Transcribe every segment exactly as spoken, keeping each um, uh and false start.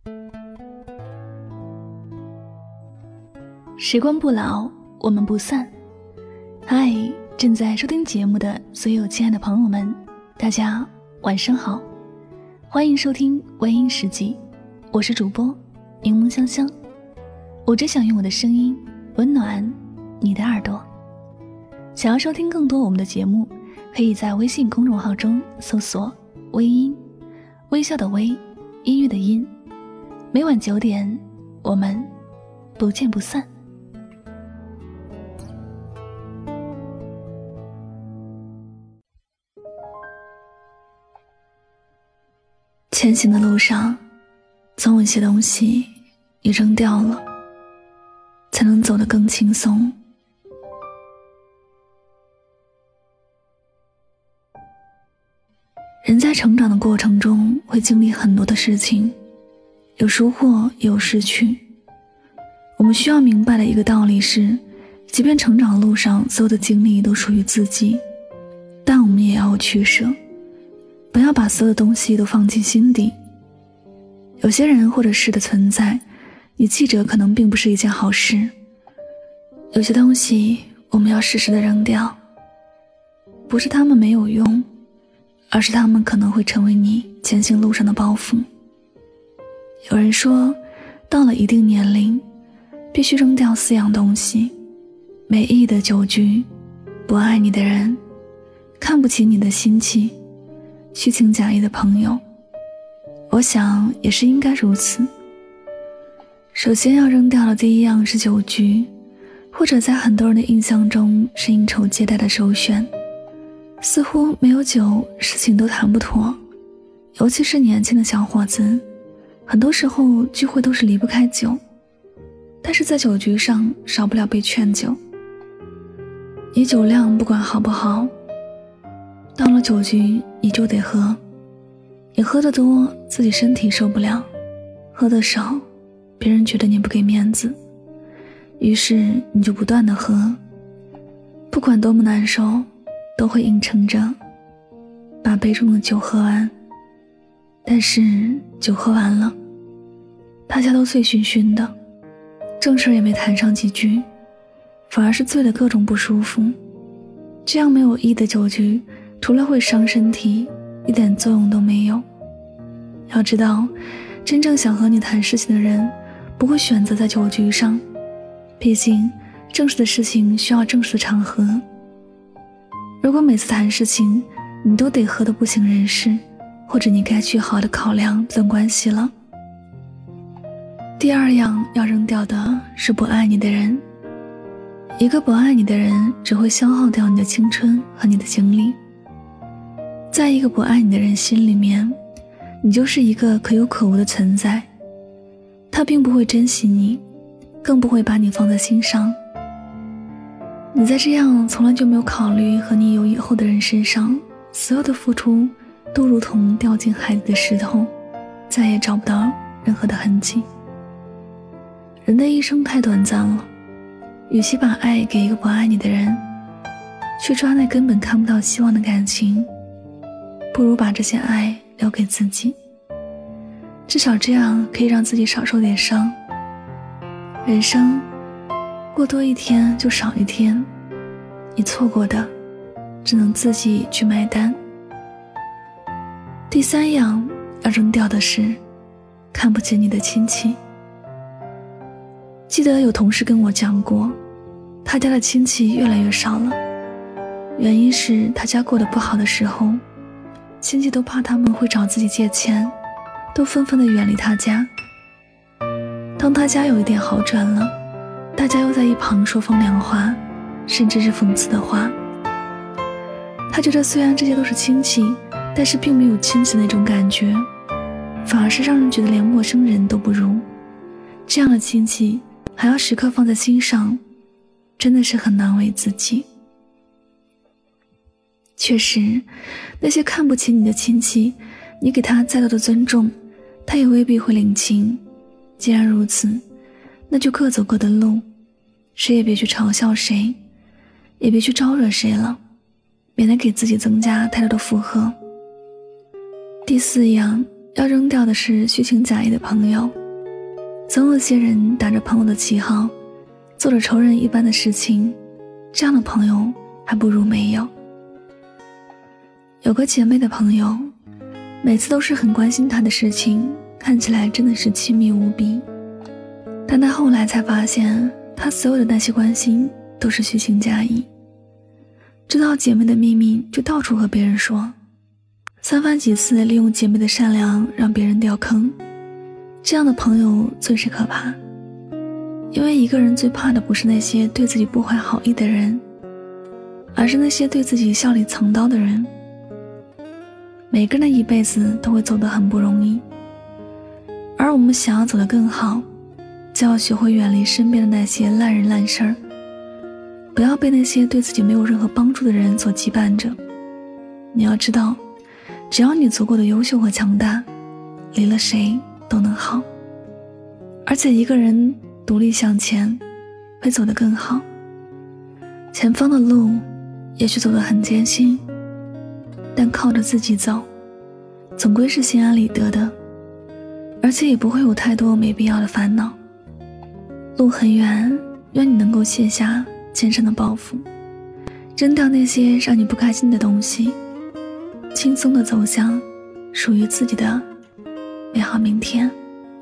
时光不老，我们不散。嗨，正在收听节目的所有亲爱的朋友们，大家晚上好，欢迎收听微音时记，我是主播柠檬香香。我只想用我的声音温暖你的耳朵。想要收听更多我们的节目，可以在微信公众号中搜索微音，微笑的微，音乐的音。每晚九点，我们不见不散。前行的路上，总有些东西你扔掉了，才能走得更轻松。人在成长的过程中会经历很多的事情，有收获也有失去。我们需要明白的一个道理是，即便成长路上所有的经历都属于自己，但我们也要有取舍，不要把所有的东西都放进心底。有些人或者事的存在，你记着可能并不是一件好事。有些东西我们要适时的扔掉，不是他们没有用，而是他们可能会成为你前行路上的包袱。有人说，到了一定年龄，必须扔掉四样东西：没意义的酒局，不爱你的人，看不起你的亲戚，虚情假意的朋友。我想也是应该如此。首先要扔掉的第一样是酒局，或者在很多人的印象中是应酬接待的首选。似乎没有酒，事情都谈不妥。尤其是年轻的小伙子，很多时候聚会都是离不开酒，但是在酒局上少不了被劝酒。你酒量不管好不好，到了酒局你就得喝。你喝得多，自己身体受不了；喝得少，别人觉得你不给面子，于是你就不断地喝，不管多么难受，都会硬撑着把杯中的酒喝完。但是酒喝完了，大家都醉醺醺的，正事也没谈上几句，反而是醉得各种不舒服。这样没有意义的酒局，除了会伤身体，一点作用都没有。要知道，真正想和你谈事情的人不会选择在酒局上，毕竟正式的事情需要正式的场合。如果每次谈事情你都得喝得不省人事，或者你该去好好的考量这段关系了。第二样要扔掉的是不爱你的人。一个不爱你的人只会消耗掉你的青春和你的精力。在一个不爱你的人心里面，你就是一个可有可无的存在，他并不会珍惜你，更不会把你放在心上。你在这样从来就没有考虑和你有以后的人身上，所有的付出都如同掉进海里的石头，再也找不到任何的痕迹。人的一生太短暂了，与其把爱给一个不爱你的人，去抓那根本看不到希望的感情，不如把这些爱留给自己，至少这样可以让自己少受点伤。人生过多一天就少一天，你错过的只能自己去买单。第三样要扔掉的是看不起你的亲戚。记得有同事跟我讲过，他家的亲戚越来越少了，原因是他家过得不好的时候，亲戚都怕他们会找自己借钱，都纷纷地远离他家。当他家有一点好转了，大家又在一旁说风凉话，甚至是讽刺的话。他觉得虽然这些都是亲戚，但是并没有亲戚那种感觉，反而是让人觉得连陌生人都不如。这样的亲戚还要时刻放在心上，真的是很难为自己。确实，那些看不起你的亲戚，你给他再多的尊重，他也未必会领情。既然如此，那就各走各的路，谁也别去嘲笑谁，也别去招惹谁了，免得给自己增加太多的负荷。第四样要扔掉的是虚情假意的朋友。 总有些人打着朋友的旗号，做着仇人一般的事情，这样的朋友还不如没有。有个姐妹的朋友，每次都是很关心她的事情，看起来真的是亲密无比。但她后来才发现，她所有的那些关心都是虚情假意。知道姐妹的秘密就到处和别人说，三番几次利用姐妹的善良让别人掉坑。这样的朋友最是可怕，因为一个人最怕的不是那些对自己不怀好意的人，而是那些对自己笑里藏刀的人。每个人的一辈子都会走得很不容易，而我们想要走得更好，就要学会远离身边的那些烂人烂事儿，不要被那些对自己没有任何帮助的人所羁绊着。你要知道，只要你足够的优秀和强大，离了谁都能好。而且一个人独立向前，会走得更好。前方的路也许走得很艰辛，但靠着自己走，总归是心安理得的，而且也不会有太多没必要的烦恼。路很远，愿你能够卸下肩上的包袱，扔掉那些让你不开心的东西，轻松地走向属于自己的美好明天。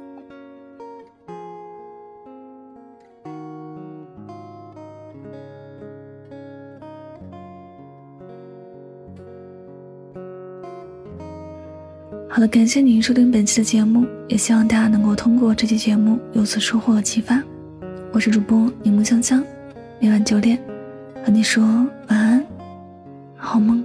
好了，感谢您收听本期的节目，也希望大家能够通过这期节目有所收获和启发。我是主播柠檬香香，每晚九点和你说晚安，好梦。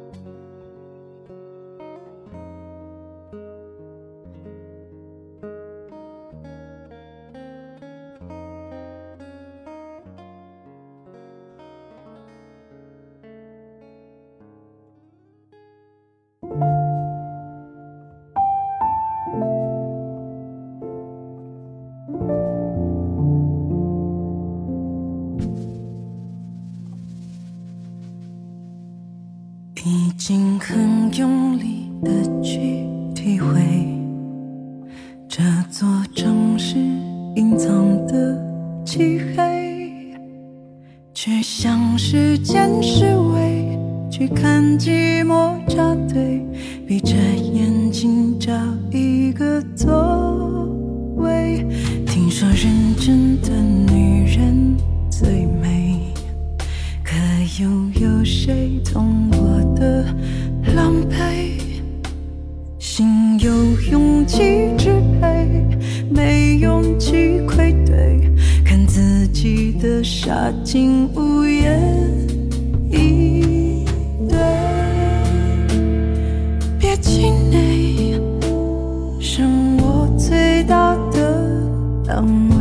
已经很用力的去体会这座城市隐藏的漆黑，去向时间示威，去看寂寞扎堆，闭着眼睛找一个座位。听说认真的女人最美，可又有谁懂我的狼狈？心有勇气支配，没勇气愧对，看自己的傻劲无言以对。别气馁，是我最大的浪漫。